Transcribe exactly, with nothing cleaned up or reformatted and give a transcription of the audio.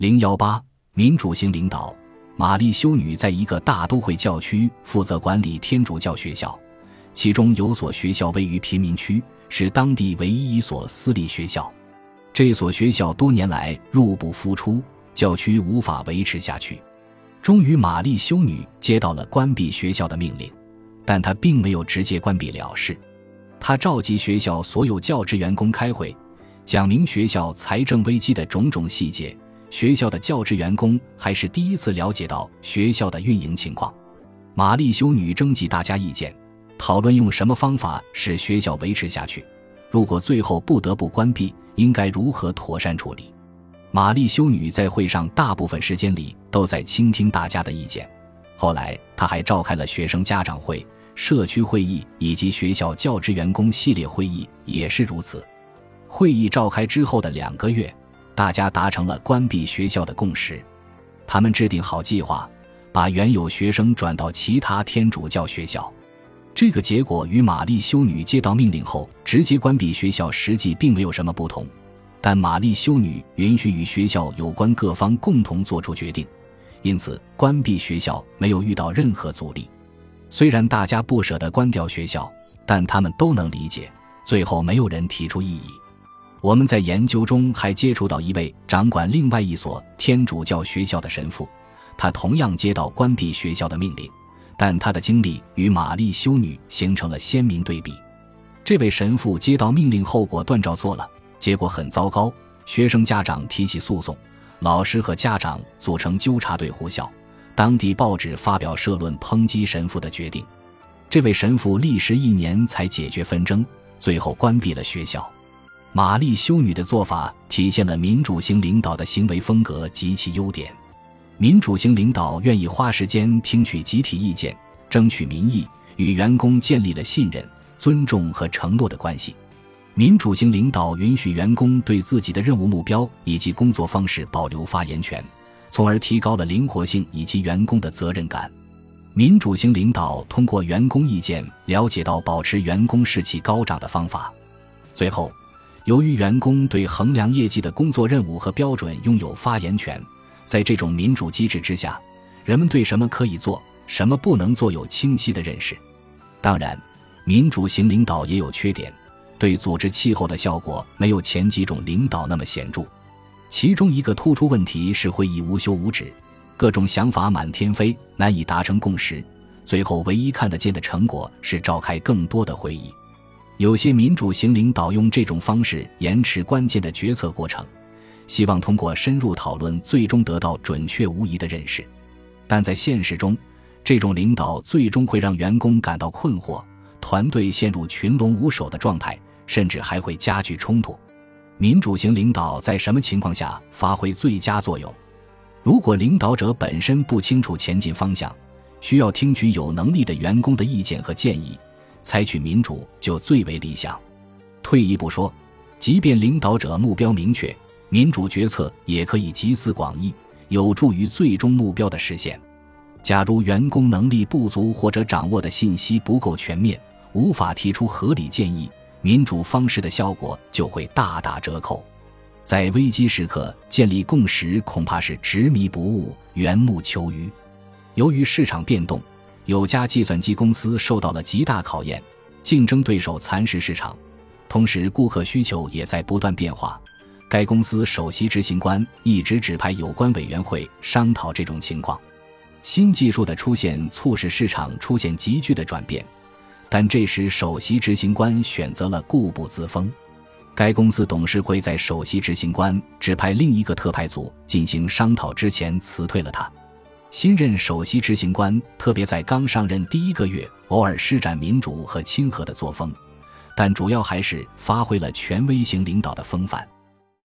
零一八民主型领导。玛丽修女在一个大都会教区负责管理天主教学校，其中有所学校位于贫民区，是当地唯一一所私立学校。这所学校多年来入不敷出，教区无法维持下去。终于玛丽修女接到了关闭学校的命令，但她并没有直接关闭了事。她召集学校所有教职员工开会，讲明学校财政危机的种种细节。学校的教职员工还是第一次了解到学校的运营情况。玛丽修女征集大家意见，讨论用什么方法使学校维持下去，如果最后不得不关闭，应该如何妥善处理。玛丽修女在会上大部分时间里都在倾听大家的意见，后来她还召开了学生家长会、社区会议以及学校教职员工系列会议，也是如此。会议召开之后的两个月，大家达成了关闭学校的共识。他们制定好计划，把原有学生转到其他天主教学校。这个结果与玛丽修女接到命令后直接关闭学校实际并没有什么不同，但玛丽修女允许与学校有关各方共同做出决定，因此关闭学校没有遇到任何阻力。虽然大家不舍得关掉学校，但他们都能理解，最后没有人提出异议。我们在研究中还接触到一位掌管另外一所天主教学校的神父，他同样接到关闭学校的命令，但他的经历与玛丽修女形成了鲜明对比。这位神父接到命令后果断照做了，结果很糟糕，学生家长提起诉讼，老师和家长组成纠察队护校，当地报纸发表社论抨击神父的决定。这位神父历时一年才解决纷争，最后关闭了学校。玛丽修女的做法体现了民主型领导的行为风格及其优点。民主型领导愿意花时间听取集体意见，争取民意，与员工建立了信任、尊重和承诺的关系。民主型领导允许员工对自己的任务目标以及工作方式保留发言权，从而提高了灵活性以及员工的责任感。民主型领导通过员工意见了解到保持员工士气高涨的方法。最后，由于员工对衡量业绩的工作任务和标准拥有发言权，在这种民主机制之下，人们对什么可以做，什么不能做有清晰的认识。当然，民主型领导也有缺点，对组织气候的效果没有前几种领导那么显著。其中一个突出问题是会议无休无止，各种想法满天飞，难以达成共识，最后唯一看得见的成果是召开更多的会议。有些民主型领导用这种方式延迟关键的决策过程，希望通过深入讨论最终得到准确无疑的认识。但在现实中，这种领导最终会让员工感到困惑，团队陷入群龙无首的状态，甚至还会加剧冲突。民主型领导在什么情况下发挥最佳作用？如果领导者本身不清楚前进方向，需要听取有能力的员工的意见和建议，采取民主就最为理想。退一步说，即便领导者目标明确，民主决策也可以集思广益，有助于最终目标的实现。假如员工能力不足或者掌握的信息不够全面，无法提出合理建议，民主方式的效果就会大打折扣。在危机时刻建立共识恐怕是执迷不悟、缘木求鱼。由于市场变动，有家计算机公司受到了极大考验，竞争对手蚕食市场，同时顾客需求也在不断变化。该公司首席执行官一直指派有关委员会商讨这种情况。新技术的出现促使市场出现急剧的转变，但这时首席执行官选择了固步自封。该公司董事会在首席执行官指派另一个特派组进行商讨之前辞退了他。新任首席执行官特别在刚上任第一个月偶尔施展民主和亲和的作风，但主要还是发挥了权威型领导的风范。